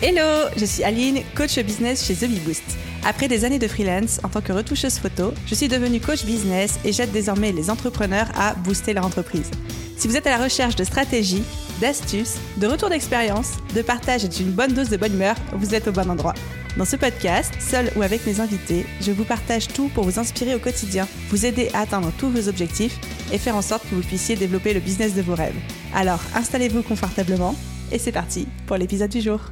Hello, je suis Aline, coach business chez The Bee Boost. Après des années de freelance en tant que retoucheuse photo, je suis devenue coach business et j'aide désormais les entrepreneurs à booster leur entreprise. Si vous êtes à la recherche de stratégies, d'astuces, de retours d'expérience, de partage et d'une bonne dose de bonne humeur, vous êtes au bon endroit. Dans ce podcast, seul ou avec mes invités, je vous partage tout pour vous inspirer au quotidien, vous aider à atteindre tous vos objectifs et faire en sorte que vous puissiez développer le business de vos rêves. Alors, installez-vous confortablement et c'est parti pour l'épisode du jour.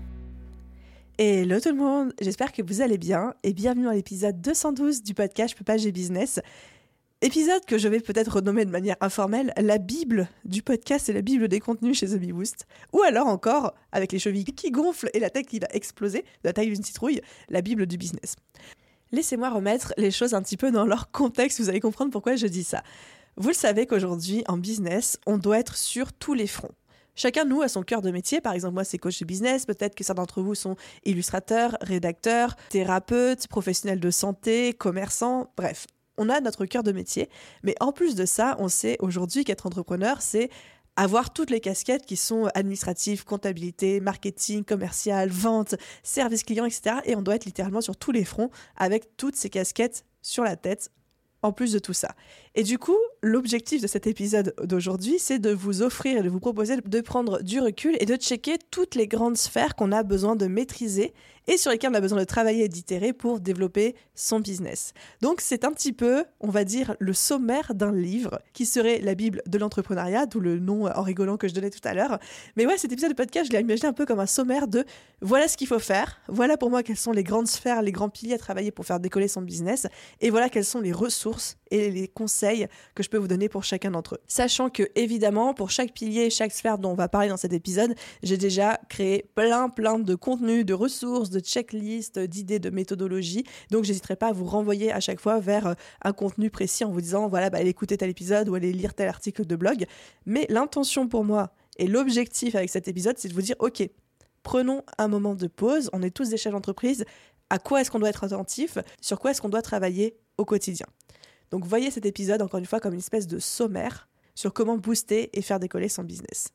Hello tout le monde, j'espère que vous allez bien et bienvenue dans l'épisode 212 du podcast Je peux pas, j'ai business. Épisode que je vais peut-être renommer de manière informelle la Bible du podcast et la Bible des contenus chez The Bee Boost. Ou alors encore, avec les chevilles qui gonflent et la tête qui va exploser, de la taille d'une citrouille, la Bible du business. Laissez-moi remettre les choses un petit peu dans leur contexte, vous allez comprendre pourquoi je dis ça. Vous le savez qu'aujourd'hui, en business, on doit être sur tous les fronts. Chacun de nous a son cœur de métier. Par exemple, moi, c'est coach de business. Peut-être que certains d'entre vous sont illustrateurs, rédacteurs, thérapeutes, professionnels de santé, commerçants. Bref, on a notre cœur de métier. Mais en plus de ça, on sait aujourd'hui qu'être entrepreneur, c'est avoir toutes les casquettes qui sont administratives, comptabilité, marketing, commercial, vente, service client, etc. Et on doit être littéralement sur tous les fronts avec toutes ces casquettes sur la tête. En plus de tout ça. Et du coup, l'objectif de cet épisode d'aujourd'hui, c'est de vous offrir et de vous proposer de prendre du recul et de checker toutes les grandes sphères qu'on a besoin de maîtriser et sur lesquelles on a besoin de travailler et d'itérer pour développer son business. Donc c'est un petit peu, on va dire, le sommaire d'un livre qui serait la Bible de l'entrepreneuriat, d'où le nom en rigolant que je donnais tout à l'heure. Mais ouais, cet épisode de podcast, je l'ai imaginé un peu comme un sommaire de voilà ce qu'il faut faire, voilà pour moi quelles sont les grandes sphères, les grands piliers à travailler pour faire décoller son business et voilà quelles sont les ressources et les conseils que je peux vous donner pour chacun d'entre eux. Sachant que, évidemment, pour chaque pilier, chaque sphère dont on va parler dans cet épisode, j'ai déjà créé plein de contenus, de ressources, de checklists, d'idées, de méthodologies. Donc, j'hésiterai pas à vous renvoyer à chaque fois vers un contenu précis en vous disant, voilà, allez écouter tel épisode ou allez lire tel article de blog. Mais l'intention pour moi et l'objectif avec cet épisode, c'est de vous dire, ok, prenons un moment de pause. On est tous des chefs d'entreprise. À quoi est-ce qu'on doit être attentif? Sur quoi est-ce qu'on doit travailler au quotidien? Donc voyez cet épisode encore une fois comme une espèce de sommaire sur comment booster et faire décoller son business.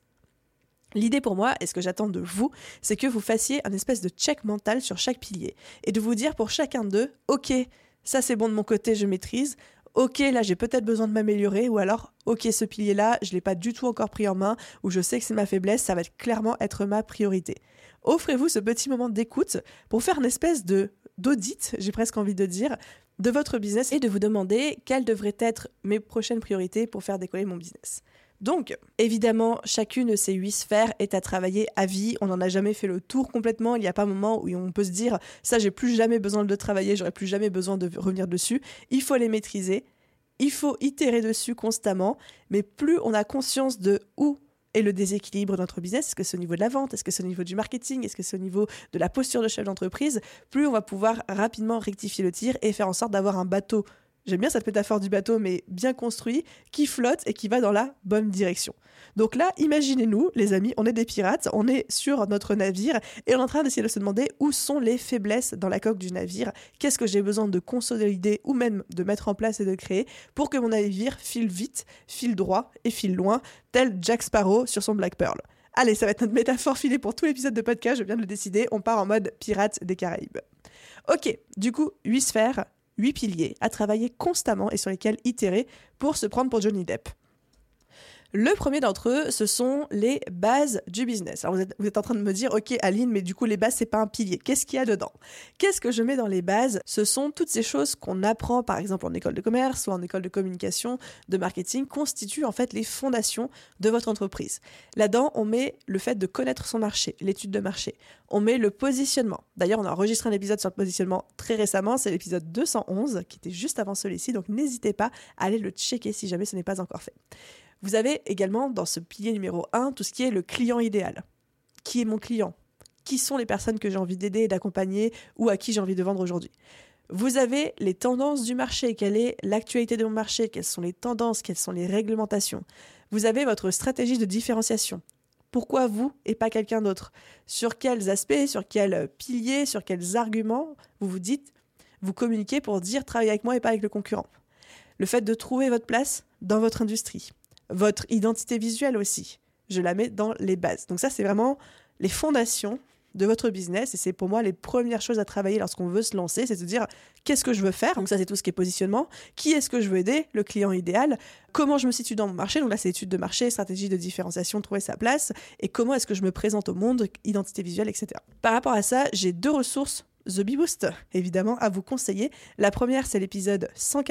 L'idée pour moi, et ce que j'attends de vous, c'est que vous fassiez un espèce de check mental sur chaque pilier et de vous dire pour chacun d'eux, ok, ça c'est bon de mon côté, je maîtrise, ok, là j'ai peut-être besoin de m'améliorer, ou alors, ok, ce pilier-là, je ne l'ai pas du tout encore pris en main, ou je sais que c'est ma faiblesse, ça va clairement être ma priorité. Offrez-vous ce petit moment d'écoute pour faire une espèce d'audit, j'ai presque envie de dire, de votre business et de vous demander quelles devraient être mes prochaines priorités pour faire décoller mon business. Donc, évidemment, chacune de ces 8 sphères est à travailler à vie. On n'en a jamais fait le tour complètement. Il n'y a pas un moment où on peut se dire « ça, j'ai plus jamais besoin de le travailler, j'aurai plus jamais besoin de revenir dessus ». Il faut les maîtriser, il faut itérer dessus constamment, mais plus on a conscience de où est le déséquilibre de notre business, est-ce que c'est au niveau de la vente, est-ce que c'est au niveau du marketing, est-ce que c'est au niveau de la posture de chef d'entreprise, plus on va pouvoir rapidement rectifier le tir et faire en sorte d'avoir un bateau, j'aime bien cette métaphore du bateau, mais bien construit, qui flotte et qui va dans la bonne direction. Donc là, imaginez-nous, les amis, on est des pirates, on est sur notre navire et on est en train d'essayer de se demander où sont les faiblesses dans la coque du navire, qu'est-ce que j'ai besoin de consolider ou même de mettre en place et de créer pour que mon navire file vite, file droit et file loin, tel Jack Sparrow sur son Black Pearl. Allez, ça va être notre métaphore filée pour tout l'épisode de podcast, je viens de le décider, on part en mode pirate des Caraïbes. Ok, du coup, 8 sphères, 8 piliers à travailler constamment et sur lesquels itérer pour se prendre pour Johnny Depp. Le premier d'entre eux, ce sont les bases du business. Alors vous êtes en train de me dire, ok Aline, mais du coup les bases, c'est pas un pilier. Qu'est-ce qu'il y a dedans? Qu'est-ce que je mets dans les bases? Ce sont toutes ces choses qu'on apprend, par exemple en école de commerce ou en école de communication, de marketing, constituent en fait les fondations de votre entreprise. Là-dedans, on met le fait de connaître son marché, l'étude de marché. On met le positionnement. D'ailleurs, on a enregistré un épisode sur le positionnement très récemment, c'est l'épisode 211, qui était juste avant celui-ci, donc n'hésitez pas à aller le checker si jamais ce n'est pas encore fait. Vous avez également dans ce pilier numéro 1 tout ce qui est le client idéal. Qui est mon client? Qui sont les personnes que j'ai envie d'aider et d'accompagner ou à qui j'ai envie de vendre aujourd'hui? Vous avez les tendances du marché, quelle est l'actualité de mon marché, quelles sont les tendances, quelles sont les réglementations. Vous avez votre stratégie de différenciation. Pourquoi vous et pas quelqu'un d'autre? Sur quels aspects, sur quels piliers, sur quels arguments vous communiquez pour dire travaillez avec moi et pas avec le concurrent? Le fait de trouver votre place dans votre industrie. Votre identité visuelle aussi, je la mets dans les bases. Donc ça, c'est vraiment les fondations de votre business, et c'est pour moi les premières choses à travailler lorsqu'on veut se lancer, c'est de se dire qu'est-ce que je veux faire, donc ça c'est tout ce qui est positionnement, qui est-ce que je veux aider, le client idéal, comment je me situe dans mon marché, donc là c'est étude de marché, stratégie de différenciation, trouver sa place, et comment est-ce que je me présente au monde, identité visuelle, etc. Par rapport à ça, j'ai 2 ressources The Bee Boost, évidemment, à vous conseiller. La première, c'est l'épisode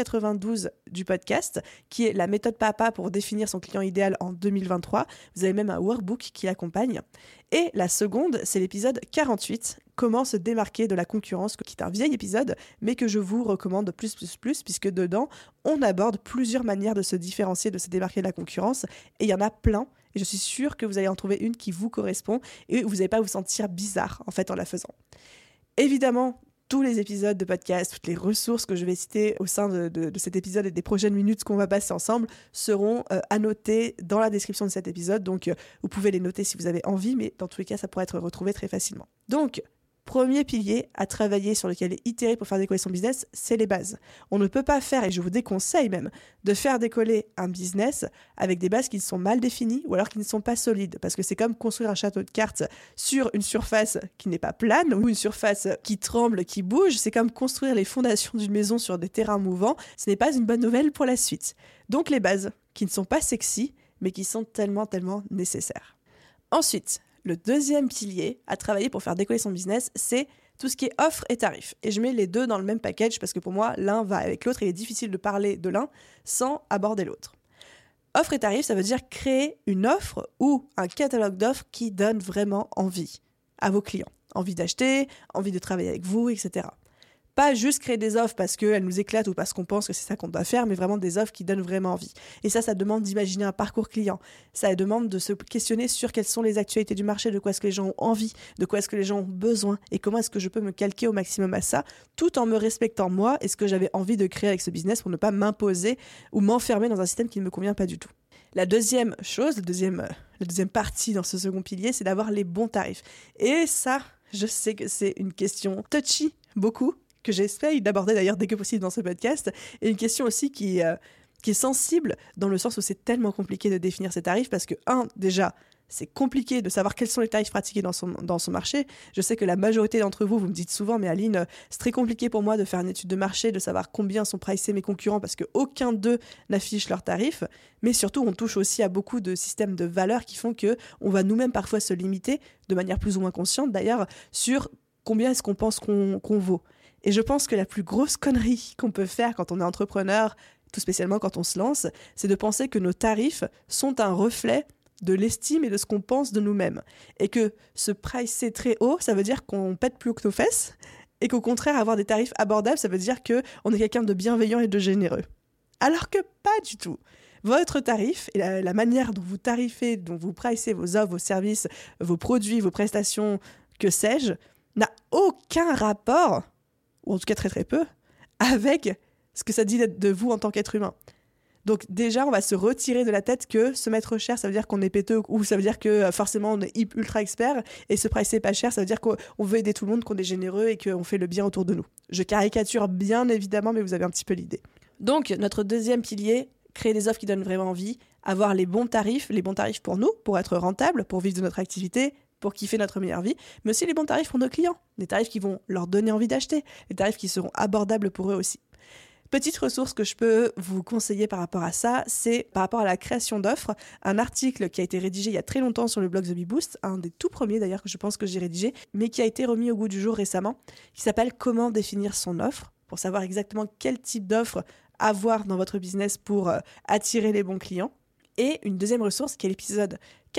192 du podcast, qui est la méthode PAPA pour définir son client idéal en 2023. Vous avez même un workbook qui l'accompagne. Et la seconde, c'est l'épisode 48, comment se démarquer de la concurrence, qui est un vieil épisode, mais que je vous recommande plus, puisque dedans, on aborde plusieurs manières de se différencier, de se démarquer de la concurrence, et il y en a plein. Et je suis sûre que vous allez en trouver une qui vous correspond, et vous n'allez pas vous sentir bizarre, en fait, en la faisant. Évidemment, tous les épisodes de podcast, toutes les ressources que je vais citer au sein de cet épisode et des prochaines minutes qu'on va passer ensemble seront annotées dans la description de cet épisode. Donc, vous pouvez les noter si vous avez envie, mais dans tous les cas, ça pourrait être retrouvé très facilement. Donc, premier pilier à travailler sur lequel itérer pour faire décoller son business, c'est les bases. On ne peut pas faire, et je vous déconseille même, de faire décoller un business avec des bases qui sont mal définies ou alors qui ne sont pas solides. Parce que c'est comme construire un château de cartes sur une surface qui n'est pas plane ou une surface qui tremble, qui bouge. C'est comme construire les fondations d'une maison sur des terrains mouvants. Ce n'est pas une bonne nouvelle pour la suite. Donc les bases qui ne sont pas sexy, mais qui sont tellement nécessaires. Ensuite, le deuxième pilier à travailler pour faire décoller son business, c'est tout ce qui est offre et tarif. Et je mets les deux dans le même package parce que pour moi, l'un va avec l'autre. Il est difficile de parler de l'un sans aborder l'autre. Offre et tarif, ça veut dire créer une offre ou un catalogue d'offres qui donne vraiment envie à vos clients. Envie d'acheter, envie de travailler avec vous, etc. Pas juste créer des offres parce qu'elles nous éclatent ou parce qu'on pense que c'est ça qu'on doit faire, mais vraiment des offres qui donnent vraiment envie. Et ça demande d'imaginer un parcours client. Ça demande de se questionner sur quelles sont les actualités du marché, de quoi est-ce que les gens ont envie, de quoi est-ce que les gens ont besoin et comment est-ce que je peux me calquer au maximum à ça, tout en me respectant moi et ce que j'avais envie de créer avec ce business pour ne pas m'imposer ou m'enfermer dans un système qui ne me convient pas du tout. La deuxième chose, la deuxième partie dans ce second pilier, c'est d'avoir les bons tarifs. Et ça, je sais que c'est une question touchy, beaucoup, que j'essaye d'aborder d'ailleurs dès que possible dans ce podcast, et une question aussi qui est sensible dans le sens où c'est tellement compliqué de définir ces tarifs parce que, déjà, c'est compliqué de savoir quels sont les tarifs pratiqués dans son marché. Je sais que la majorité d'entre vous me dites souvent, mais Aline, c'est très compliqué pour moi de faire une étude de marché, de savoir combien sont pricés mes concurrents parce qu'aucun d'eux n'affiche leurs tarifs. Mais surtout, on touche aussi à beaucoup de systèmes de valeurs qui font qu'on va nous-mêmes parfois se limiter, de manière plus ou moins consciente d'ailleurs, sur combien est-ce qu'on pense qu'on vaut. Et je pense que la plus grosse connerie qu'on peut faire quand on est entrepreneur, tout spécialement quand on se lance, c'est de penser que nos tarifs sont un reflet de l'estime et de ce qu'on pense de nous-mêmes. Et que se pricer très haut, ça veut dire qu'on pète plus haut que nos fesses, et qu'au contraire, avoir des tarifs abordables, ça veut dire qu'on est quelqu'un de bienveillant et de généreux. Alors que pas du tout. Votre tarif et la manière dont vous tarifez, dont vous pricez vos offres, vos services, vos produits, vos prestations, que sais-je, n'a aucun rapport, ou en tout cas très peu, avec ce que ça dit de vous en tant qu'être humain. Donc déjà, on va se retirer de la tête que se mettre cher, ça veut dire qu'on est péteux, ou ça veut dire que forcément on est ultra expert, et se pricer pas cher, ça veut dire qu'on veut aider tout le monde, qu'on est généreux et qu'on fait le bien autour de nous. Je caricature bien évidemment, mais vous avez un petit peu l'idée. Donc notre deuxième pilier, créer des offres qui donnent vraiment envie, avoir les bons tarifs pour nous, pour être rentable, pour vivre de notre activité, pour kiffer notre meilleure vie, mais aussi les bons tarifs pour nos clients, des tarifs qui vont leur donner envie d'acheter, des tarifs qui seront abordables pour eux aussi. Petite ressource que je peux vous conseiller par rapport à ça, c'est par rapport à la création d'offres, un article qui a été rédigé il y a très longtemps sur le blog The Bee Boost, un des tout premiers d'ailleurs que je pense que j'ai rédigé, mais qui a été remis au goût du jour récemment, qui s'appelle « Comment définir son offre ?» pour savoir exactement quel type d'offre avoir dans votre business pour attirer les bons clients. Et une deuxième ressource qui est l'épisode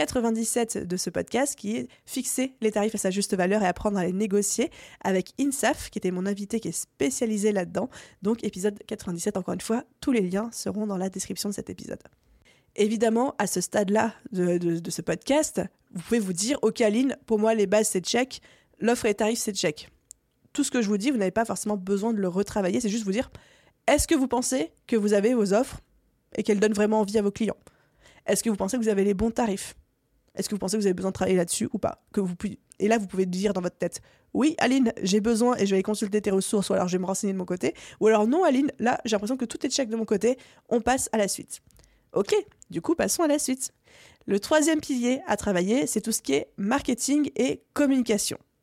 97 de ce podcast qui est fixer les tarifs à sa juste valeur et apprendre à les négocier avec Insaf qui était mon invité qui est spécialisé là-dedans. Donc épisode 97, encore une fois, tous les liens seront dans la description de cet épisode. Évidemment, à ce stade-là de ce podcast, vous pouvez vous dire « Ok Aline, pour moi les bases c'est check, l'offre et les tarifs c'est check ». Tout ce que je vous dis, vous n'avez pas forcément besoin de le retravailler, c'est juste vous dire « Est-ce que vous pensez que vous avez vos offres et qu'elles donnent vraiment envie à vos clients ? Est-ce que vous pensez que vous avez les bons tarifs ? Est-ce que vous pensez que vous avez besoin de travailler là-dessus ou pas ? Et là, vous pouvez dire dans votre tête, oui, Aline, j'ai besoin et je vais aller consulter tes ressources ou alors je vais me renseigner de mon côté. Ou alors non, Aline, là, j'ai l'impression que tout est check de mon côté, on passe à la suite. Ok, du coup, passons à la suite. Le troisième pilier à travailler, c'est tout ce qui est marketing et communication.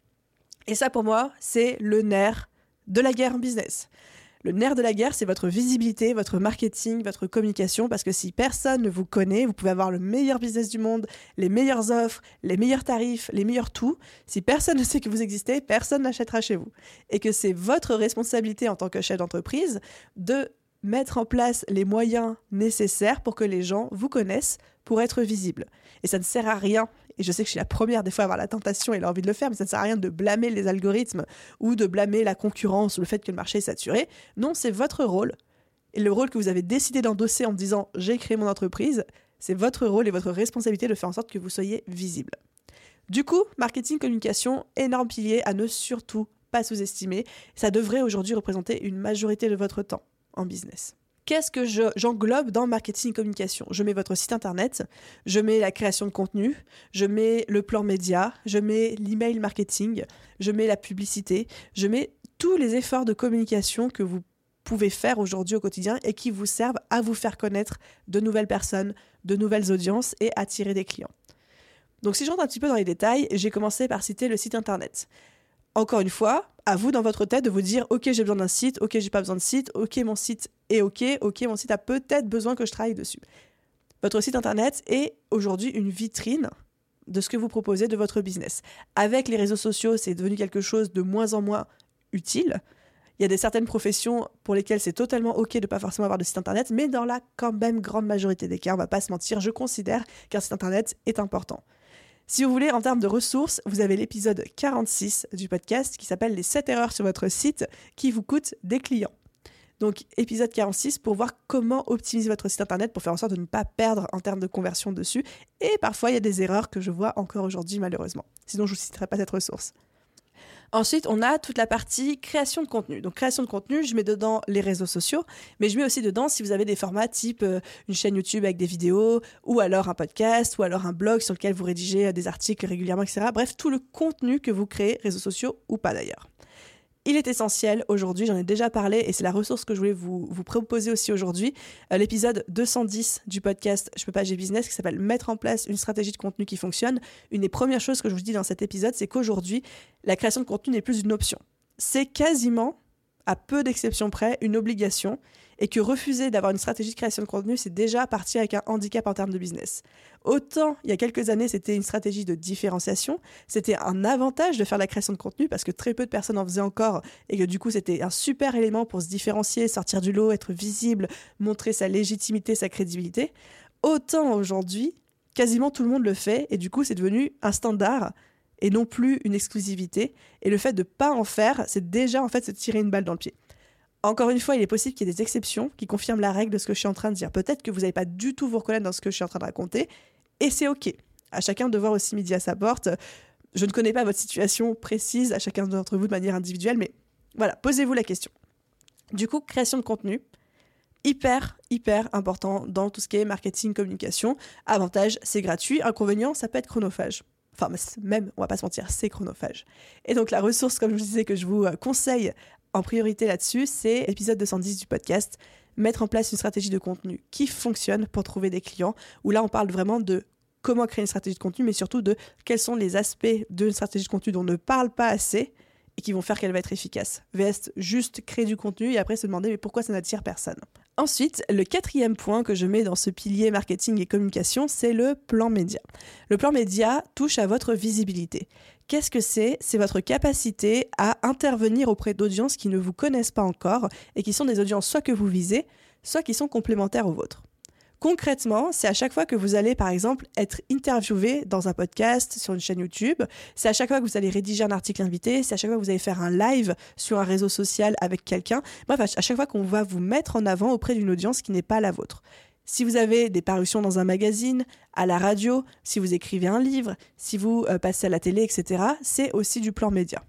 Et ça, pour moi, c'est le nerf de la guerre en business. Le nerf de la guerre, c'est votre visibilité, votre marketing, votre communication, parce que si personne ne vous connaît, vous pouvez avoir le meilleur business du monde, les meilleures offres, les meilleurs tarifs, les meilleurs tout. Si personne ne sait que vous existez, personne n'achètera chez vous. Et que c'est votre responsabilité en tant que chef d'entreprise de mettre en place les moyens nécessaires pour que les gens vous connaissent pour être visibles. Et ça ne sert à rien, et je sais que je suis la première des fois à avoir la tentation et l'envie de le faire, mais ça ne sert à rien de blâmer les algorithmes ou de blâmer la concurrence ou le fait que le marché est saturé. Non, c'est votre rôle. Et le rôle que vous avez décidé d'endosser en disant « j'ai créé mon entreprise », c'est votre rôle et votre responsabilité de faire en sorte que vous soyez visible. Du coup, marketing, communication, énorme pilier à ne surtout pas sous-estimer. Ça devrait aujourd'hui représenter une majorité de votre temps en business. Qu'est-ce que j'englobe dans marketing et communication ? Je mets votre site internet, je mets la création de contenu, je mets le plan média, je mets l'email marketing, je mets la publicité, je mets tous les efforts de communication que vous pouvez faire aujourd'hui au quotidien et qui vous servent à vous faire connaître de nouvelles personnes, de nouvelles audiences et attirer des clients. Donc si je rentre un petit peu dans les détails, j'ai commencé par citer le site internet. Encore une fois, à vous dans votre tête de vous dire « Ok, j'ai besoin d'un site, ok, j'ai pas besoin de site, ok, mon site est ok, mon site a peut-être besoin que je travaille dessus. » Votre site internet est aujourd'hui une vitrine de ce que vous proposez de votre business. Avec les réseaux sociaux, c'est devenu quelque chose de moins en moins utile. Il y a certaines professions pour lesquelles c'est totalement ok de ne pas forcément avoir de site internet, mais dans la quand même grande majorité des cas, on ne va pas se mentir, je considère qu'un site internet est important. Si vous voulez, en termes de ressources, vous avez l'épisode 46 du podcast qui s'appelle « Les 7 erreurs sur votre site qui vous coûtent des clients ». Donc, épisode 46 pour voir comment optimiser votre site internet pour faire en sorte de ne pas perdre en termes de conversion dessus. Et parfois, il y a des erreurs que je vois encore aujourd'hui, malheureusement. Sinon, je ne vous citerai pas cette ressource. Ensuite, on a toute la partie création de contenu. Donc, création de contenu, je mets dedans les réseaux sociaux, mais je mets aussi dedans si vous avez des formats type une chaîne YouTube avec des vidéos, ou alors un podcast, ou alors un blog sur lequel vous rédigez des articles régulièrement, etc. Bref, tout le contenu que vous créez, réseaux sociaux ou pas d'ailleurs. Il est essentiel aujourd'hui, j'en ai déjà parlé et c'est la ressource que je voulais vous proposer aussi aujourd'hui. L'épisode 210 du podcast Je peux pas, j'ai business qui s'appelle « Mettre en place une stratégie de contenu qui fonctionne ». Une des premières choses que je vous dis dans cet épisode, c'est qu'aujourd'hui, la création de contenu n'est plus une option. C'est quasiment, à peu d'exceptions près, une obligation et que refuser d'avoir une stratégie de création de contenu, c'est déjà partir avec un handicap en termes de business. Autant, il y a quelques années, c'était une stratégie de différenciation, c'était un avantage de faire la création de contenu parce que très peu de personnes en faisaient encore et que du coup, c'était un super élément pour se différencier, sortir du lot, être visible, montrer sa légitimité, sa crédibilité. Autant aujourd'hui, quasiment tout le monde le fait et du coup, c'est devenu un standard et non plus une exclusivité. Et le fait de ne pas en faire, c'est déjà en fait se tirer une balle dans le pied. Encore une fois, il est possible qu'il y ait des exceptions qui confirment la règle de ce que je suis en train de dire. Peut-être que vous n'allez pas du tout vous reconnaître dans ce que je suis en train de raconter, et c'est ok. À chacun de voir aussi midi à sa porte. Je ne connais pas votre situation précise, à chacun d'entre vous de manière individuelle, mais voilà, posez-vous la question. Du coup, création de contenu, hyper important dans tout ce qui est marketing, communication. Avantage, c'est gratuit. Inconvénient, ça peut être chronophage. Enfin, même, on va pas se mentir, c'est chronophage. Et donc, la ressource, comme je vous disais, que je vous conseille en priorité là-dessus, c'est l'épisode 210 du podcast, mettre en place une stratégie de contenu qui fonctionne pour trouver des clients, où là, on parle vraiment de comment créer une stratégie de contenu, mais surtout de quels sont les aspects d'une stratégie de contenu dont on ne parle pas assez et qui vont faire qu'elle va être efficace. VS, juste créer du contenu et après se demander mais pourquoi ça n'attire personne. Ensuite, le 4e point que je mets dans ce pilier marketing et communication, c'est le plan média. Le plan média touche à votre visibilité. Qu'est-ce que c'est ? C'est votre capacité à intervenir auprès d'audiences qui ne vous connaissent pas encore et qui sont des audiences soit que vous visez, soit qui sont complémentaires aux vôtres. Concrètement, c'est à chaque fois que vous allez, par exemple, être interviewé dans un podcast, sur une chaîne YouTube, c'est à chaque fois que vous allez rédiger un article invité, c'est à chaque fois que vous allez faire un live sur un réseau social avec quelqu'un. Bref, à chaque fois qu'on va vous mettre en avant auprès d'une audience qui n'est pas la vôtre. Si vous avez des parutions dans un magazine, à la radio, si vous écrivez un livre, si vous passez à la télé, etc., c'est aussi du plan média.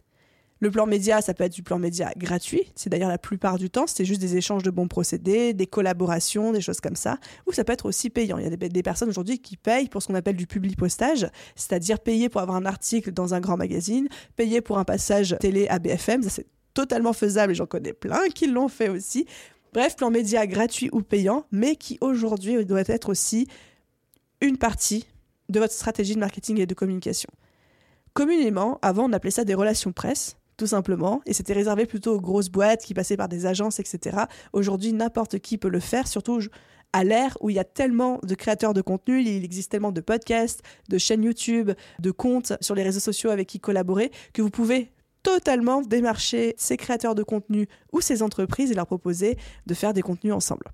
Le plan média, ça peut être du plan média gratuit. C'est d'ailleurs la plupart du temps, c'est juste des échanges de bons procédés, des collaborations, des choses comme ça. Ou ça peut être aussi payant. Il y a des personnes aujourd'hui qui payent pour ce qu'on appelle du publipostage, c'est-à-dire payer pour avoir un article dans un grand magazine, payer pour un passage télé à BFM. Ça, c'est totalement faisable et j'en connais plein qui l'ont fait aussi. Bref, plan média gratuit ou payant, mais qui aujourd'hui doit être aussi une partie de votre stratégie de marketing et de communication. Communément, avant, on appelait ça des relations presse, tout simplement, et c'était réservé plutôt aux grosses boîtes qui passaient par des agences, etc. Aujourd'hui, n'importe qui peut le faire, surtout à l'ère où il y a tellement de créateurs de contenu, il existe tellement de podcasts, de chaînes YouTube, de comptes sur les réseaux sociaux avec qui collaborer, que vous pouvez totalement démarcher ces créateurs de contenu ou ces entreprises et leur proposer de faire des contenus ensemble.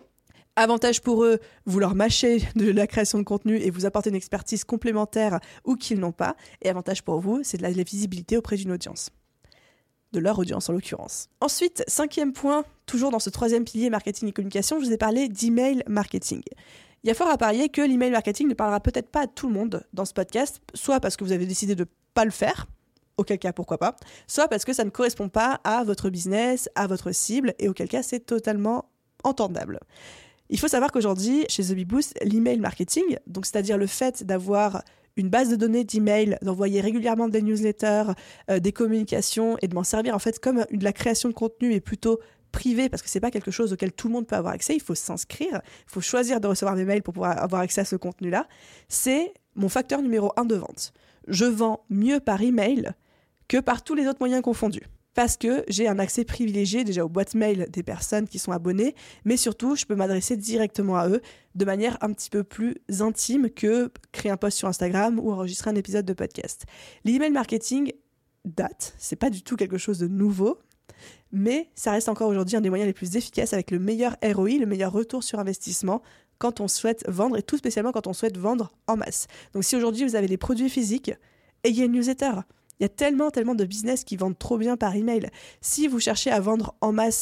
Avantage pour eux, vous leur mâchez de la création de contenu et vous apportez une expertise complémentaire ou qu'ils n'ont pas. Et avantage pour vous, c'est de la visibilité auprès d'une audience. De leur audience en l'occurrence. Ensuite, 5e point, toujours dans ce 3e pilier marketing et communication, je vous ai parlé d'email marketing. Il y a fort à parier que l'email marketing ne parlera peut-être pas à tout le monde dans ce podcast, soit parce que vous avez décidé de ne pas le faire, auquel cas pourquoi pas, soit parce que ça ne correspond pas à votre business, à votre cible, et auquel cas c'est totalement entendable. Il faut savoir qu'aujourd'hui, chez The Bee Boost, l'email marketing, donc c'est-à-dire le fait d'avoir une base de données d'email, d'envoyer régulièrement des newsletters, des communications et de m'en servir en fait comme de la création de contenu et plutôt privé parce que c'est pas quelque chose auquel tout le monde peut avoir accès, il faut s'inscrire, il faut choisir de recevoir mes mails pour pouvoir avoir accès à ce contenu-là. C'est mon facteur numéro 1 de vente. Je vends mieux par email que par tous les autres moyens confondus. Parce que j'ai un accès privilégié déjà aux boîtes mail des personnes qui sont abonnées, mais surtout, je peux m'adresser directement à eux de manière un petit peu plus intime que créer un post sur Instagram ou enregistrer un épisode de podcast. L'email marketing date, c'est pas du tout quelque chose de nouveau, mais ça reste encore aujourd'hui un des moyens les plus efficaces avec le meilleur ROI, le meilleur retour sur investissement quand on souhaite vendre et tout spécialement quand on souhaite vendre en masse. Donc si aujourd'hui vous avez des produits physiques, ayez une newsletter. Il y a tellement de business qui vendent trop bien par email. Si vous cherchez à vendre en masse,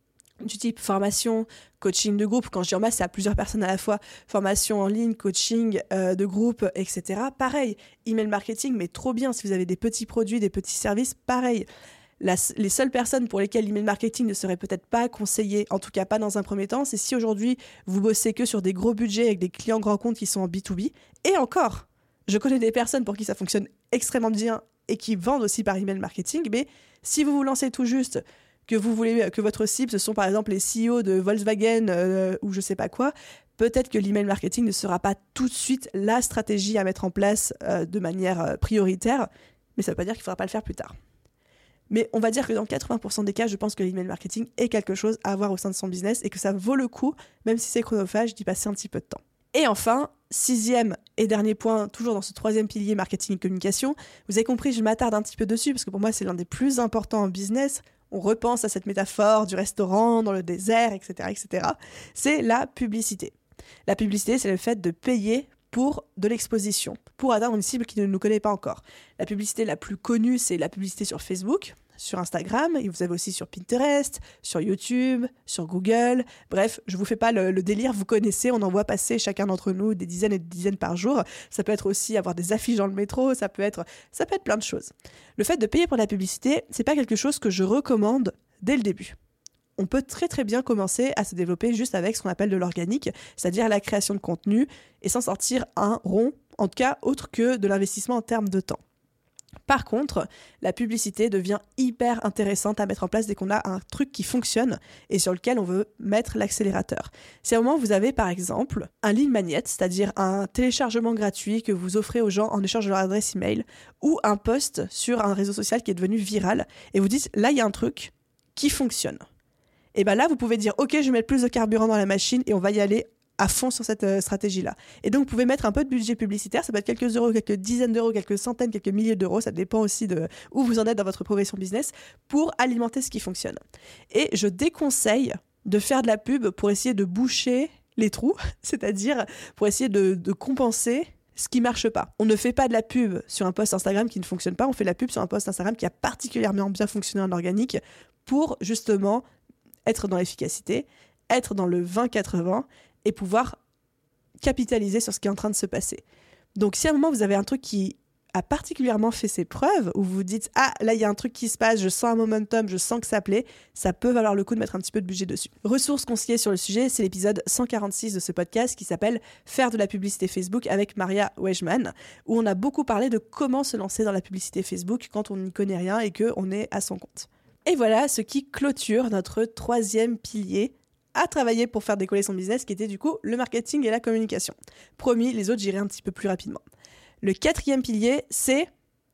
du type formation, coaching de groupe, quand je dis en masse, c'est à plusieurs personnes à la fois, formation en ligne, coaching de groupe, etc. Pareil, email marketing, mais trop bien. Si vous avez des petits produits, des petits services, pareil. Les seules personnes pour lesquelles l'email marketing ne serait peut-être pas conseillé, en tout cas pas dans un premier temps, c'est si aujourd'hui vous bossez que sur des gros budgets avec des clients grands comptes qui sont en B2B. Et encore, je connais des personnes pour qui ça fonctionne extrêmement bien et qui vendent aussi par email marketing, mais si vous vous lancez tout juste, que vous voulez que votre cible, ce sont par exemple les CEO de Volkswagen ou je sais pas quoi, peut-être que l'email marketing ne sera pas tout de suite la stratégie à mettre en place de manière prioritaire, mais ça ne veut pas dire qu'il ne faudra pas le faire plus tard. Mais on va dire que dans 80% des cas, je pense que l'email marketing est quelque chose à avoir au sein de son business et que ça vaut le coup, même si c'est chronophage, d'y passer un petit peu de temps. Et enfin, 6e et dernier point, toujours dans ce 3e pilier marketing et communication, vous avez compris, je m'attarde un petit peu dessus parce que pour moi, c'est l'un des plus importants en business. On repense à cette métaphore du restaurant dans le désert, etc., etc. C'est la publicité. La publicité, c'est le fait de payer pour de l'exposition, pour atteindre une cible qui ne nous connaît pas encore. La publicité la plus connue, c'est la publicité sur Facebook, sur Instagram, et vous avez aussi sur Pinterest, sur YouTube, sur Google. Bref, je vous fais pas le délire, vous connaissez, on en voit passer chacun d'entre nous des dizaines et des dizaines par jour. Ça peut être aussi avoir des affiches dans le métro, ça peut être plein de choses. Le fait de payer pour la publicité, c'est pas quelque chose que je recommande dès le début. On peut très très bien commencer à se développer juste avec ce qu'on appelle de l'organique, c'est-à-dire la création de contenu, et s'en sortir un rond, en tout cas autre que de l'investissement en termes de temps. Par contre, la publicité devient hyper intéressante à mettre en place dès qu'on a un truc qui fonctionne et sur lequel on veut mettre l'accélérateur. C'est au moment où vous avez par exemple un lead magnet, c'est-à-dire un téléchargement gratuit que vous offrez aux gens en échange de leur adresse email, ou un post sur un réseau social qui est devenu viral, et vous dites là il y a un truc qui fonctionne. Et bien là vous pouvez dire ok je vais mettre plus de carburant dans la machine et on va y aller à fond sur cette stratégie-là. Et donc, vous pouvez mettre un peu de budget publicitaire, ça peut être quelques euros, quelques dizaines d'euros, quelques centaines, quelques milliers d'euros, ça dépend aussi de où vous en êtes dans votre progression business, pour alimenter ce qui fonctionne. Et je déconseille de faire de la pub pour essayer de boucher les trous, c'est-à-dire pour essayer de compenser ce qui marche pas. On ne fait pas de la pub sur un post Instagram qui ne fonctionne pas, on fait de la pub sur un post Instagram qui a particulièrement bien fonctionné en organique pour justement être dans l'efficacité, être dans le 20-80 et pouvoir capitaliser sur ce qui est en train de se passer. Donc si à un moment vous avez un truc qui a particulièrement fait ses preuves, où vous vous dites « Ah, là il y a un truc qui se passe, je sens un momentum, je sens que ça plaît », ça peut valoir le coup de mettre un petit peu de budget dessus. Ressources conseillées sur le sujet, c'est l'épisode 146 de ce podcast qui s'appelle « Faire de la publicité Facebook » avec Maria Wejman, où on a beaucoup parlé de comment se lancer dans la publicité Facebook quand on n'y connaît rien et qu'on est à son compte. Et voilà ce qui clôture notre 3e pilier à travailler pour faire décoller son business, qui était du coup le marketing et la communication. Promis, les autres, j'irai un petit peu plus rapidement. Le 4e pilier, c'est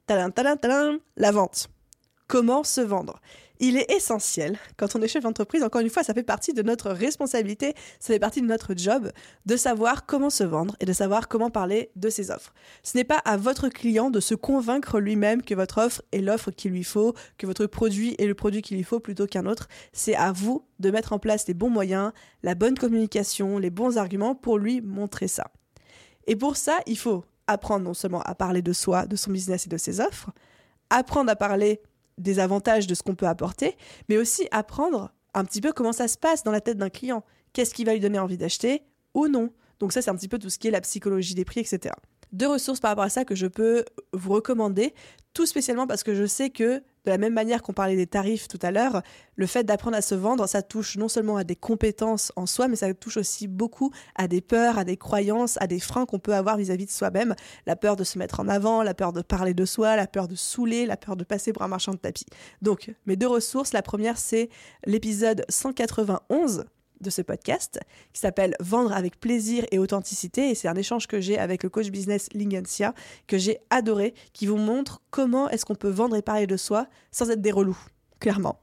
Tadam, tadam, tadam, la vente. Comment se vendre ? Il est essentiel, quand on est chef d'entreprise, encore une fois, ça fait partie de notre responsabilité, ça fait partie de notre job, de savoir comment se vendre et de savoir comment parler de ses offres. Ce n'est pas à votre client de se convaincre lui-même que votre offre est l'offre qu'il lui faut, que votre produit est le produit qu'il lui faut plutôt qu'un autre. C'est à vous de mettre en place les bons moyens, la bonne communication, les bons arguments pour lui montrer ça. Et pour ça, il faut apprendre non seulement à parler de soi, de son business et de ses offres, apprendre à parler des avantages de ce qu'on peut apporter, mais aussi apprendre un petit peu comment ça se passe dans la tête d'un client. Qu'est-ce qui va lui donner envie d'acheter ou non. Donc ça, c'est un petit peu tout ce qui est la psychologie des prix, etc. 2 ressources par rapport à ça que je peux vous recommander, tout spécialement parce que je sais que, de la même manière qu'on parlait des tarifs tout à l'heure, le fait d'apprendre à se vendre, ça touche non seulement à des compétences en soi, mais ça touche aussi beaucoup à des peurs, à des croyances, à des freins qu'on peut avoir vis-à-vis de soi-même. La peur de se mettre en avant, la peur de parler de soi, la peur de saouler, la peur de passer pour un marchand de tapis. Donc, mes 2 ressources, la première, c'est l'épisode 191 de ce podcast, qui s'appelle « Vendre avec plaisir et authenticité ». Et c'est un échange que j'ai avec le coach business Lingensia, que j'ai adoré, qui vous montre comment est-ce qu'on peut vendre et parler de soi sans être des relous, clairement.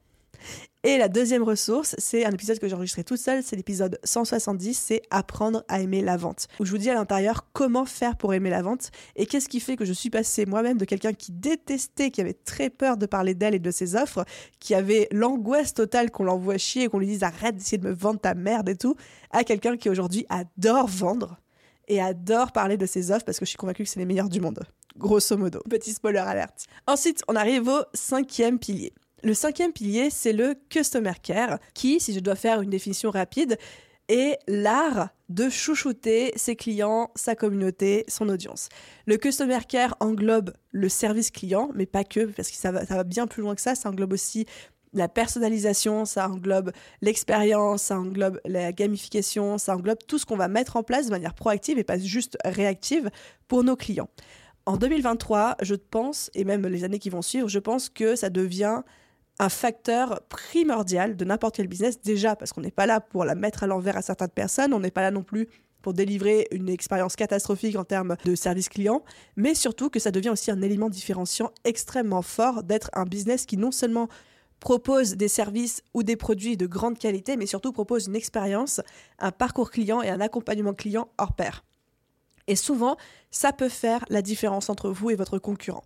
Et la deuxième ressource, c'est un épisode que j'ai enregistré toute seule, c'est l'épisode 170, c'est « Apprendre à aimer la vente », où je vous dis à l'intérieur comment faire pour aimer la vente et qu'est-ce qui fait que je suis passée moi-même de quelqu'un qui détestait, qui avait très peur de parler d'elle et de ses offres, qui avait l'angoisse totale qu'on l'envoie chier et qu'on lui dise « arrête d'essayer de me vendre ta merde et tout », à quelqu'un qui aujourd'hui adore vendre et adore parler de ses offres parce que je suis convaincue que c'est les meilleurs du monde, grosso modo. Petit spoiler alerte. Ensuite, on arrive au 5e pilier. Le 5e pilier, c'est le Customer Care, qui, si je dois faire une définition rapide, est l'art de chouchouter ses clients, sa communauté, son audience. Le Customer Care englobe le service client, mais pas que, parce que ça va bien plus loin que ça englobe aussi la personnalisation, ça englobe l'expérience, ça englobe la gamification, ça englobe tout ce qu'on va mettre en place de manière proactive et pas juste réactive pour nos clients. En 2023, je pense, et même les années qui vont suivre, je pense que ça devient un facteur primordial de n'importe quel business, déjà parce qu'on n'est pas là pour la mettre à l'envers à certaines personnes, on n'est pas là non plus pour délivrer une expérience catastrophique en termes de service client, mais surtout que ça devient aussi un élément différenciant extrêmement fort d'être un business qui non seulement propose des services ou des produits de grande qualité, mais surtout propose une expérience, un parcours client et un accompagnement client hors pair. Et souvent, ça peut faire la différence entre vous et votre concurrent.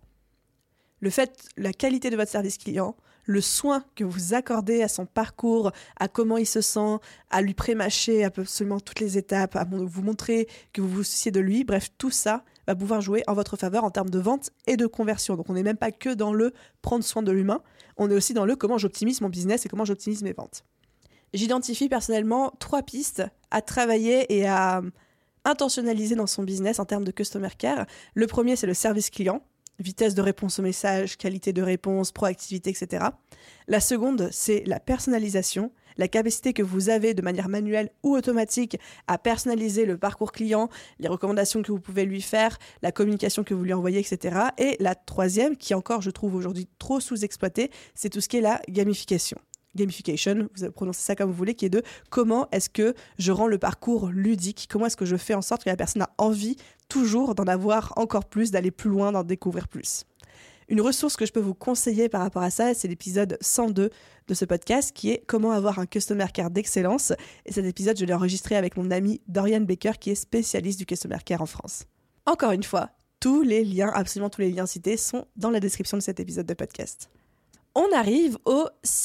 La qualité de votre service client, le soin que vous accordez à son parcours, à comment il se sent, à lui pré-mâcher absolument toutes les étapes, à vous montrer que vous vous souciez de lui, bref, tout ça va pouvoir jouer en votre faveur en termes de vente et de conversion. Donc on n'est même pas que dans le prendre soin de l'humain, on est aussi dans le comment j'optimise mon business et comment j'optimise mes ventes. J'identifie personnellement 3 pistes à travailler et à intentionnaliser dans son business en termes de customer care. Le premier, c'est le service client. Vitesse de réponse au message, qualité de réponse, proactivité, etc. La seconde, c'est la personnalisation, la capacité que vous avez de manière manuelle ou automatique à personnaliser le parcours client, les recommandations que vous pouvez lui faire, la communication que vous lui envoyez, etc. Et la troisième, qui encore, je trouve aujourd'hui trop sous-exploitée, c'est tout ce qui est la gamification. Gamification, vous prononcez ça comme vous voulez, qui est de comment est-ce que je rends le parcours ludique, comment est-ce que je fais en sorte que la personne a envie toujours d'en avoir encore plus, d'aller plus loin, d'en découvrir plus. Une ressource que je peux vous conseiller par rapport à ça, c'est l'épisode 102 de ce podcast qui est « Comment avoir un Customer Care d'excellence ». Et cet épisode, je l'ai enregistré avec mon ami Dorian Baker qui est spécialiste du Customer Care en France. Encore une fois, absolument tous les liens cités sont dans la description de cet épisode de podcast. On arrive au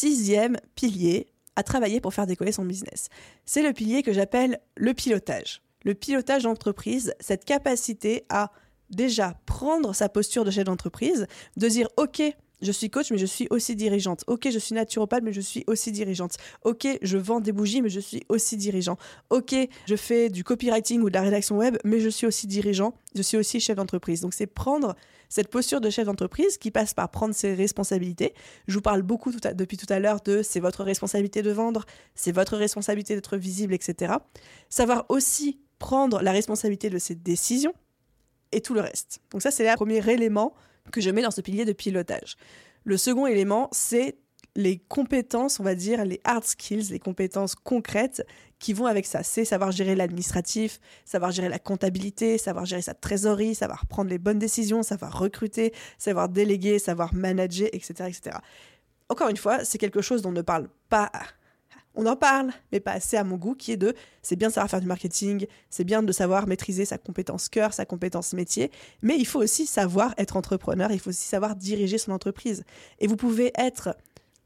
6e pilier à travailler pour faire décoller son business. C'est le pilier que j'appelle le pilotage. Le pilotage d'entreprise, cette capacité à déjà prendre sa posture de chef d'entreprise, de dire « Ok, je suis coach, mais je suis aussi dirigeante. Ok, je suis naturopathe, mais je suis aussi dirigeante. Ok, je vends des bougies, mais je suis aussi dirigeant. Ok, je fais du copywriting ou de la rédaction web, mais je suis aussi dirigeant. Je suis aussi chef d'entreprise. » Donc, c'est prendre cette posture de chef d'entreprise qui passe par prendre ses responsabilités. Je vous parle beaucoup depuis tout à l'heure de « c'est votre responsabilité de vendre, c'est votre responsabilité d'être visible, etc. » Savoir aussi prendre la responsabilité de ses décisions et tout le reste. Donc ça, c'est le premier élément que je mets dans ce pilier de pilotage. Le second élément, c'est les compétences, on va dire, les hard skills, les compétences concrètes qui vont avec ça. C'est savoir gérer l'administratif, savoir gérer la comptabilité, savoir gérer sa trésorerie, savoir prendre les bonnes décisions, savoir recruter, savoir déléguer, savoir manager, etc., etc. Encore une fois, c'est quelque chose dont on ne parle pas. On en parle, mais pas assez à mon goût, qui est c'est bien de savoir faire du marketing, c'est bien de savoir maîtriser sa compétence cœur, sa compétence métier, mais il faut aussi savoir être entrepreneur, il faut aussi savoir diriger son entreprise. Et vous pouvez être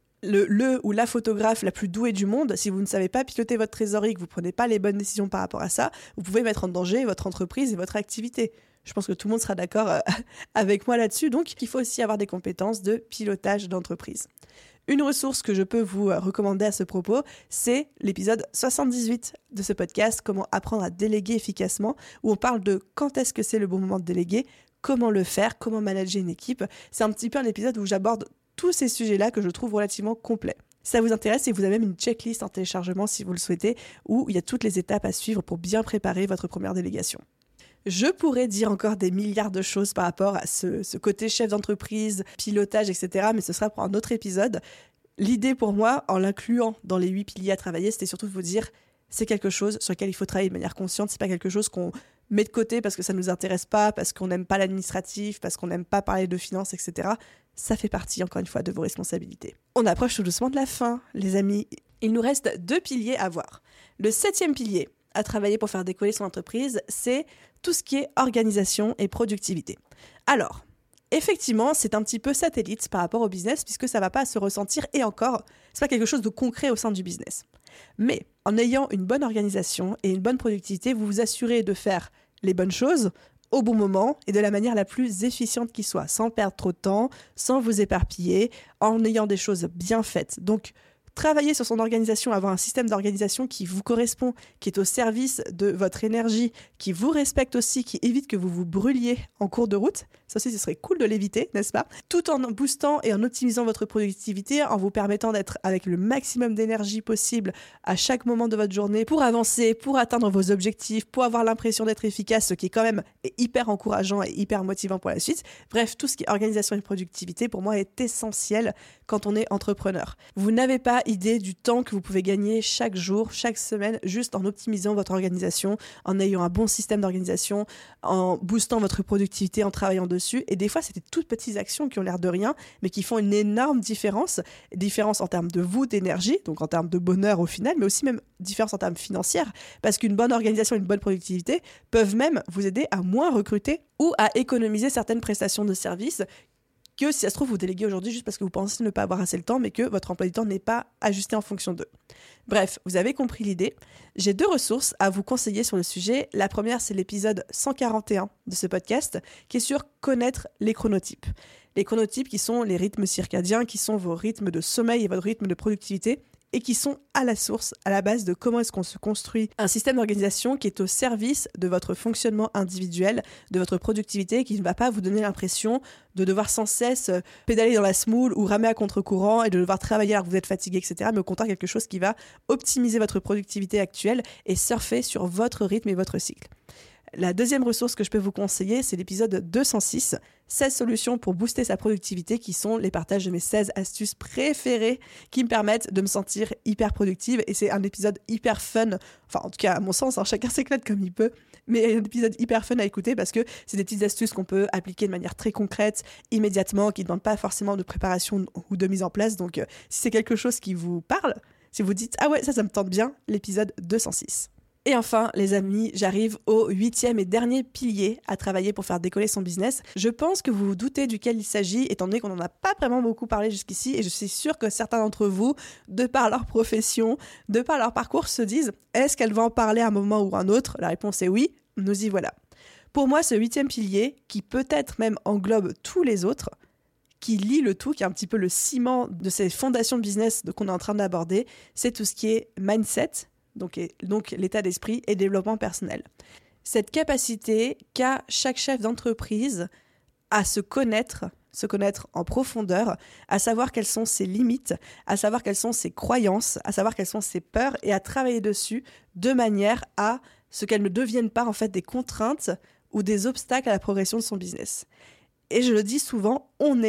le ou la photographe la plus douée du monde, si vous ne savez pas piloter votre trésorerie, que vous ne prenez pas les bonnes décisions par rapport à ça, vous pouvez mettre en danger votre entreprise et votre activité. Je pense que tout le monde sera d'accord avec moi là-dessus. Donc, il faut aussi avoir des compétences de pilotage d'entreprise. Une ressource que je peux vous recommander à ce propos, c'est l'épisode 78 de ce podcast, Comment apprendre à déléguer efficacement, où on parle de quand est-ce que c'est le bon moment de déléguer, comment le faire, comment manager une équipe. C'est un petit peu un épisode où j'aborde tous ces sujets-là que je trouve relativement complets. Si ça vous intéresse, et vous avez même une checklist en téléchargement si vous le souhaitez, où il y a toutes les étapes à suivre pour bien préparer votre première délégation. Je pourrais dire encore des milliards de choses par rapport à ce côté chef d'entreprise, pilotage, etc. Mais ce sera pour un autre épisode. L'idée pour moi, en l'incluant dans les 8 piliers à travailler, c'était surtout de vous dire c'est quelque chose sur lequel il faut travailler de manière consciente. C'est pas quelque chose qu'on met de côté parce que ça nous intéresse pas, parce qu'on n'aime pas l'administratif, parce qu'on n'aime pas parler de finances, etc. Ça fait partie, encore une fois, de vos responsabilités. On approche tout doucement de la fin, les amis. Il nous reste 2 piliers à voir. Le 7e pilier à travailler pour faire décoller son entreprise, c'est tout ce qui est organisation et productivité. Alors, effectivement, c'est un petit peu satellite par rapport au business puisque ça ne va pas se ressentir et encore, c'est pas quelque chose de concret au sein du business. Mais en ayant une bonne organisation et une bonne productivité, vous vous assurez de faire les bonnes choses au bon moment et de la manière la plus efficiente qui soit, sans perdre trop de temps, sans vous éparpiller, en ayant des choses bien faites. Donc, travailler sur son organisation, avoir un système d'organisation qui vous correspond, qui est au service de votre énergie, qui vous respecte aussi, qui évite que vous vous brûliez en cours de route. Ça aussi, ce serait cool de l'éviter, n'est-ce pas? Tout en boostant et en optimisant votre productivité, en vous permettant d'être avec le maximum d'énergie possible à chaque moment de votre journée pour avancer, pour atteindre vos objectifs, pour avoir l'impression d'être efficace, ce qui est quand même hyper encourageant et hyper motivant pour la suite. Bref, tout ce qui est organisation et productivité, pour moi, est essentiel quand on est entrepreneur. Vous n'avez pas idée du temps que vous pouvez gagner chaque jour, chaque semaine, juste en optimisant votre organisation, en ayant un bon système d'organisation, en boostant votre productivité, en travaillant dessus. Et des fois, c'est des toutes petites actions qui ont l'air de rien, mais qui font une énorme différence. Différence en termes de vous, d'énergie, donc en termes de bonheur au final, mais aussi même différence en termes financiers, parce qu'une bonne organisation et une bonne productivité peuvent même vous aider à moins recruter ou à économiser certaines prestations de services que si ça se trouve vous déléguez aujourd'hui juste parce que vous pensez ne pas avoir assez le temps, mais que votre emploi du temps n'est pas ajusté en fonction d'eux. Bref, vous avez compris l'idée. J'ai 2 ressources à vous conseiller sur le sujet. La première, c'est l'épisode 141 de ce podcast, qui est sur connaître les chronotypes. Les chronotypes qui sont les rythmes circadiens, qui sont vos rythmes de sommeil et votre rythme de productivité, et qui sont à la source, à la base de comment est-ce qu'on se construit un système d'organisation qui est au service de votre fonctionnement individuel, de votre productivité, qui ne va pas vous donner l'impression de devoir sans cesse pédaler dans la semoule ou ramer à contre-courant et de devoir travailler alors que vous êtes fatigué, etc. Mais au contraire, quelque chose qui va optimiser votre productivité actuelle et surfer sur votre rythme et votre cycle. La deuxième ressource que je peux vous conseiller, c'est l'épisode 206, 16 solutions pour booster sa productivité, qui sont les partages de mes 16 astuces préférées qui me permettent de me sentir hyper productive. Et c'est un épisode hyper fun, enfin en tout cas à mon sens, chacun s'éclate comme il peut, mais un épisode hyper fun à écouter parce que c'est des petites astuces qu'on peut appliquer de manière très concrète, immédiatement, qui ne demandent pas forcément de préparation ou de mise en place. Donc si c'est quelque chose qui vous parle, si vous dites « Ah ouais, ça me tente bien », l'épisode 206. Et enfin, les amis, j'arrive au 8e et dernier pilier à travailler pour faire décoller son business. Je pense que vous vous doutez duquel il s'agit, étant donné qu'on n'en a pas vraiment beaucoup parlé jusqu'ici, et je suis sûre que certains d'entre vous, de par leur profession, de par leur parcours, se disent « Est-ce qu'elle va en parler à un moment ou à un autre ?» La réponse est oui, nous y voilà. Pour moi, ce 8e pilier, qui peut-être même englobe tous les autres, qui lie le tout, qui est un petit peu le ciment de ces fondations de business qu'on est en train d'aborder, c'est tout ce qui est mindset, donc l'état d'esprit et développement personnel. Cette capacité qu'a chaque chef d'entreprise à se connaître en profondeur, à savoir quelles sont ses limites, à savoir quelles sont ses croyances, à savoir quelles sont ses peurs et à travailler dessus de manière à ce qu'elles ne deviennent pas en fait des contraintes ou des obstacles à la progression de son business. Et je le dis souvent, on est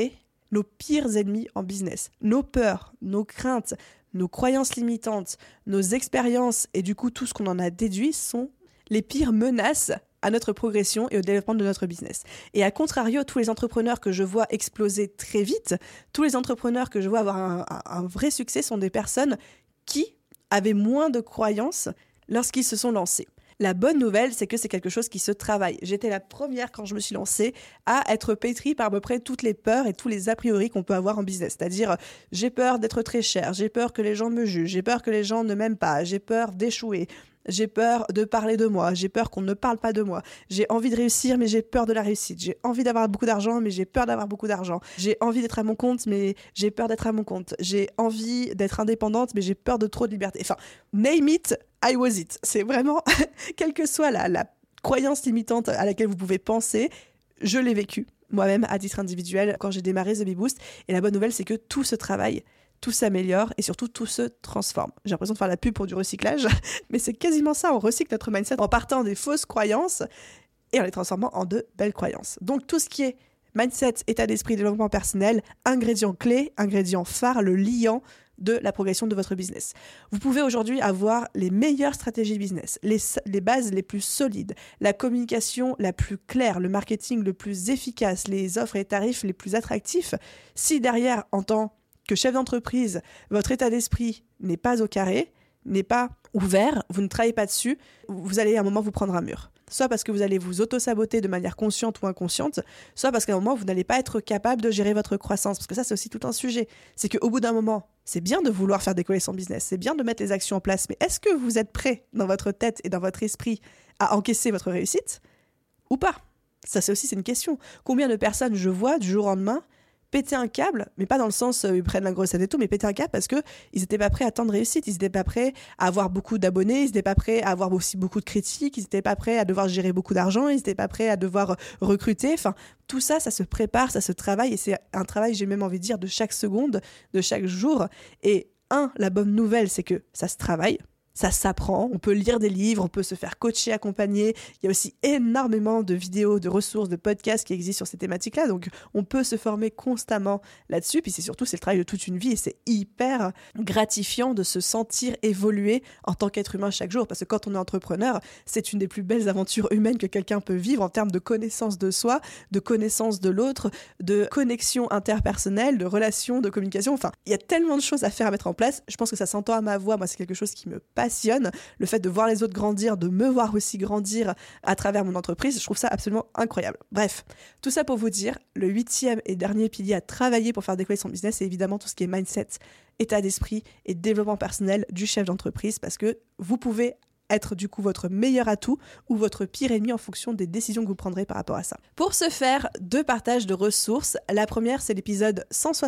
nos pires ennemis en business. Nos peurs, nos craintes, nos croyances limitantes, nos expériences et du coup tout ce qu'on en a déduit sont les pires menaces à notre progression et au développement de notre business. Et à contrario, tous les entrepreneurs que je vois exploser très vite, tous les entrepreneurs que je vois avoir un vrai succès sont des personnes qui avaient moins de croyances lorsqu'ils se sont lancés. La bonne nouvelle, c'est que c'est quelque chose qui se travaille. J'étais la première, quand je me suis lancée, à être pétrie par à peu près toutes les peurs et tous les a priori qu'on peut avoir en business. C'est-à-dire, j'ai peur d'être très chère, j'ai peur que les gens me jugent, j'ai peur que les gens ne m'aiment pas, j'ai peur d'échouer, j'ai peur de parler de moi, j'ai peur qu'on ne parle pas de moi, j'ai envie de réussir mais j'ai peur de la réussite, j'ai envie d'avoir beaucoup d'argent mais j'ai peur d'avoir beaucoup d'argent, j'ai envie d'être à mon compte mais j'ai peur d'être à mon compte, j'ai envie d'être indépendante mais j'ai peur de trop de liberté. Enfin, name it, I was it. C'est vraiment, quelle que soit la croyance limitante à laquelle vous pouvez penser, je l'ai vécu moi-même à titre individuel quand j'ai démarré The Bee Boost. Et la bonne nouvelle, c'est que tout se travaille, tout s'améliore et surtout tout se transforme. J'ai l'impression de faire la pub pour du recyclage, mais c'est quasiment ça, on recycle notre mindset en partant des fausses croyances et en les transformant en de belles croyances. Donc tout ce qui est mindset, état d'esprit, développement personnel, ingrédient clé, ingrédient phare, le liant de la progression de votre business. Vous pouvez aujourd'hui avoir les meilleures stratégies business, les bases les plus solides, la communication la plus claire, le marketing le plus efficace, les offres et tarifs les plus attractifs. Si derrière, en tant que chef d'entreprise, votre état d'esprit n'est pas au carré, n'est pas ouvert, vous ne travaillez pas dessus, vous allez à un moment vous prendre un mur. Soit parce que vous allez vous auto-saboter de manière consciente ou inconsciente, soit parce qu'à un moment, vous n'allez pas être capable de gérer votre croissance. Parce que ça, c'est aussi tout un sujet. C'est qu'au bout d'un moment, c'est bien de vouloir faire décoller son business, c'est bien de mettre les actions en place, mais est-ce que vous êtes prêt dans votre tête et dans votre esprit à encaisser votre réussite ou pas ? Ça, c'est une question. Combien de personnes je vois du jour au lendemain péter un câble, mais pas dans le sens ils prennent la grossette et tout, mais péter un câble parce qu'ils n'étaient pas prêts à tant de réussite, ils n'étaient pas prêts à avoir beaucoup d'abonnés, ils n'étaient pas prêts à avoir aussi beaucoup de critiques, ils n'étaient pas prêts à devoir gérer beaucoup d'argent, ils n'étaient pas prêts à devoir recruter. Enfin, tout ça, ça se prépare, ça se travaille et c'est un travail, j'ai même envie de dire, de chaque seconde, de chaque jour. Et la bonne nouvelle, c'est que ça se travaille. Ça s'apprend, on peut lire des livres, on peut se faire coacher, accompagner. Il y a aussi énormément de vidéos, de ressources, de podcasts qui existent sur ces thématiques-là. Donc, on peut se former constamment là-dessus. Puis c'est le travail de toute une vie et c'est hyper gratifiant de se sentir évoluer en tant qu'être humain chaque jour. Parce que quand on est entrepreneur, c'est une des plus belles aventures humaines que quelqu'un peut vivre en termes de connaissance de soi, de connaissance de l'autre, de connexion interpersonnelle, de relations, de communication. Enfin, il y a tellement de choses à faire, à mettre en place. Je pense que ça s'entend à ma voix. Moi, c'est quelque chose qui me passionne, le fait de voir les autres grandir, de me voir aussi grandir à travers mon entreprise, je trouve ça absolument incroyable. Bref, tout ça pour vous dire, le 8e et dernier pilier à travailler pour faire décoller son business, c'est évidemment tout ce qui est mindset, état d'esprit et développement personnel du chef d'entreprise, parce que vous pouvez être du coup votre meilleur atout ou votre pire ennemi en fonction des décisions que vous prendrez par rapport à ça. Pour ce faire, 2 partages de ressources. La première, c'est l'épisode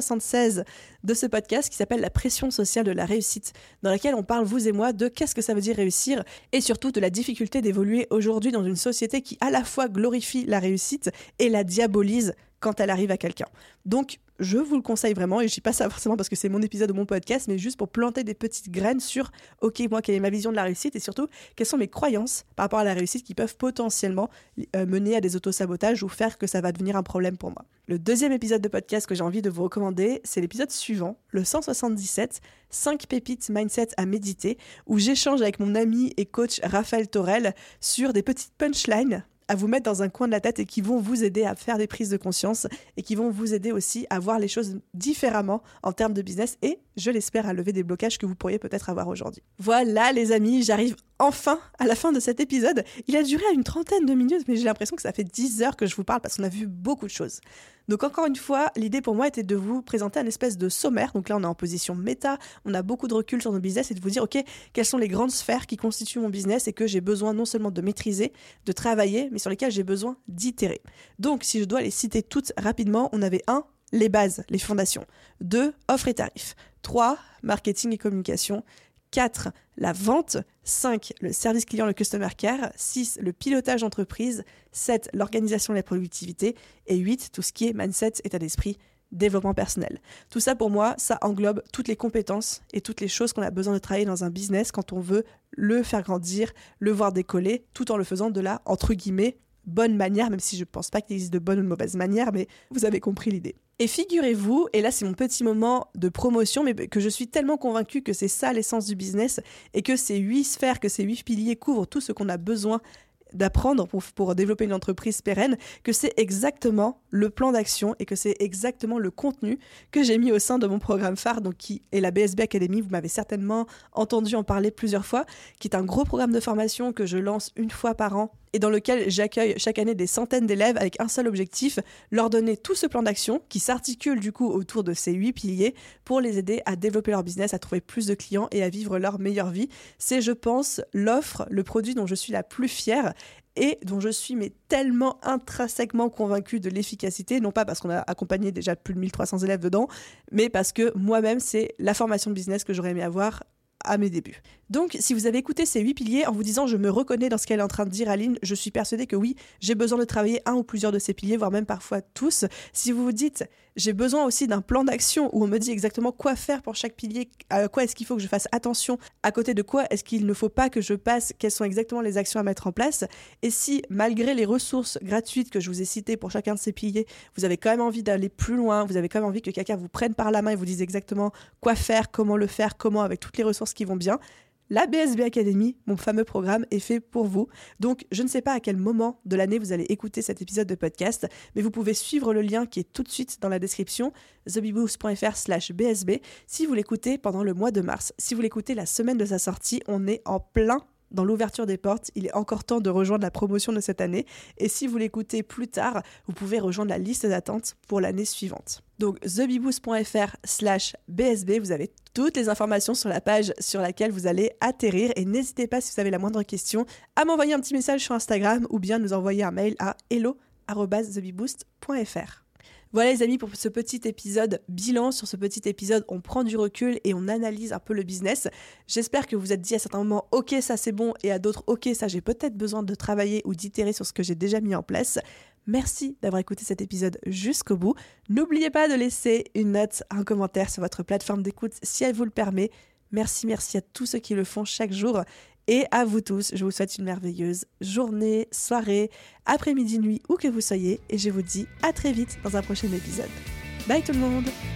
176 de ce podcast qui s'appelle « La pression sociale de la réussite », dans laquelle on parle, vous et moi, de qu'est-ce que ça veut dire réussir et surtout de la difficulté d'évoluer aujourd'hui dans une société qui à la fois glorifie la réussite et la diabolise quand elle arrive à quelqu'un. Donc, je vous le conseille vraiment, et je dis pas ça forcément parce que c'est mon épisode de mon podcast, mais juste pour planter des petites graines sur, ok, moi, quelle est ma vision de la réussite, et surtout, quelles sont mes croyances par rapport à la réussite qui peuvent potentiellement mener à des autosabotages ou faire que ça va devenir un problème pour moi. Le 2e épisode de podcast que j'ai envie de vous recommander, c'est l'épisode suivant, le 177, 5 pépites mindset à méditer, où j'échange avec mon ami et coach Raphaël Torel sur des petites punchlines à vous mettre dans un coin de la tête et qui vont vous aider à faire des prises de conscience et qui vont vous aider aussi à voir les choses différemment en termes de business et, je l'espère, à lever des blocages que vous pourriez peut-être avoir aujourd'hui. Voilà les amis, j'arrive enfin à la fin de cet épisode. Il a duré une 30aine de minutes, mais j'ai l'impression que ça fait 10 heures que je vous parle parce qu'on a vu beaucoup de choses. Donc encore une fois, l'idée pour moi était de vous présenter un espèce de sommaire. Donc là, on est en position méta, on a beaucoup de recul sur nos business et de vous dire, ok, quelles sont les grandes sphères qui constituent mon business et que j'ai besoin non seulement de maîtriser, de travailler, mais sur lesquelles j'ai besoin d'itérer. Donc si je dois les citer toutes rapidement, on avait 1, les bases, les fondations. 2, offre et tarifs. 3, marketing et communication. 4, la vente. 5, le service client, le customer care. 6, le pilotage d'entreprise. 7, l'organisation et la productivité. Et 8, tout ce qui est mindset, état d'esprit, développement personnel. Tout ça, pour moi, ça englobe toutes les compétences et toutes les choses qu'on a besoin de travailler dans un business quand on veut le faire grandir, le voir décoller, tout en le faisant de la, entre guillemets, bonne manière, même si je ne pense pas qu'il existe de bonne ou de mauvaise manière, mais vous avez compris l'idée. Et figurez-vous, et là c'est mon petit moment de promotion, mais que je suis tellement convaincue que c'est ça l'essence du business et que ces 8 sphères, que ces 8 piliers couvrent tout ce qu'on a besoin d'apprendre pour développer une entreprise pérenne, que c'est exactement le plan d'action et que c'est exactement le contenu que j'ai mis au sein de mon programme phare, donc qui est la BSB Academy. Vous m'avez certainement entendu en parler plusieurs fois, qui est un gros programme de formation que je lance une fois par an et dans lequel j'accueille chaque année des centaines d'élèves avec un seul objectif, leur donner tout ce plan d'action qui s'articule du coup autour de ces 8 piliers pour les aider à développer leur business, à trouver plus de clients et à vivre leur meilleure vie. C'est, je pense, l'offre, le produit dont je suis la plus fière et dont je suis tellement intrinsèquement convaincue de l'efficacité, non pas parce qu'on a accompagné déjà plus de 1300 élèves dedans, mais parce que moi-même, c'est la formation de business que j'aurais aimé avoir à mes débuts. Donc, si vous avez écouté ces 8 piliers en vous disant « je me reconnais dans ce qu'elle est en train de dire Aline », je suis persuadée que oui, j'ai besoin de travailler un ou plusieurs de ces piliers, voire même parfois tous. Si vous vous dites « j'ai besoin aussi d'un plan d'action où on me dit exactement quoi faire pour chaque pilier, à quoi est-ce qu'il faut que je fasse attention, à côté de quoi est-ce qu'il ne faut pas que je passe, quelles sont exactement les actions à mettre en place », et si, malgré les ressources gratuites que je vous ai citées pour chacun de ces piliers, vous avez quand même envie d'aller plus loin, vous avez quand même envie que quelqu'un vous prenne par la main et vous dise exactement quoi faire, comment le faire, comment, avec toutes les ressources qui vont bien, la BSB Academy, mon fameux programme, est fait pour vous. Donc, je ne sais pas à quel moment de l'année vous allez écouter cet épisode de podcast, mais vous pouvez suivre le lien qui est tout de suite dans la description, thebeboost.fr/BSB, si vous l'écoutez pendant le mois de mars. Si vous l'écoutez la semaine de sa sortie, on est en plein dans l'ouverture des portes, il est encore temps de rejoindre la promotion de cette année. Et si vous l'écoutez plus tard, vous pouvez rejoindre la liste d'attente pour l'année suivante. Donc thebeboost.fr/BSB, vous avez toutes les informations sur la page sur laquelle vous allez atterrir. Et n'hésitez pas, si vous avez la moindre question, à m'envoyer un petit message sur Instagram ou bien nous envoyer un mail à hello@thebeboost.fr. Voilà les amis pour ce petit épisode bilan. Sur ce petit épisode, on prend du recul et on analyse un peu le business. J'espère que vous vous êtes dit à certains moments « Ok, ça c'est bon » et à d'autres « Ok, ça j'ai peut-être besoin de travailler ou d'itérer sur ce que j'ai déjà mis en place ». Merci d'avoir écouté cet épisode jusqu'au bout. N'oubliez pas de laisser une note, un commentaire sur votre plateforme d'écoute si elle vous le permet. Merci à tous ceux qui le font chaque jour. Et à vous tous, je vous souhaite une merveilleuse journée, soirée, après-midi, nuit, où que vous soyez. Et je vous dis à très vite dans un prochain épisode. Bye tout le monde!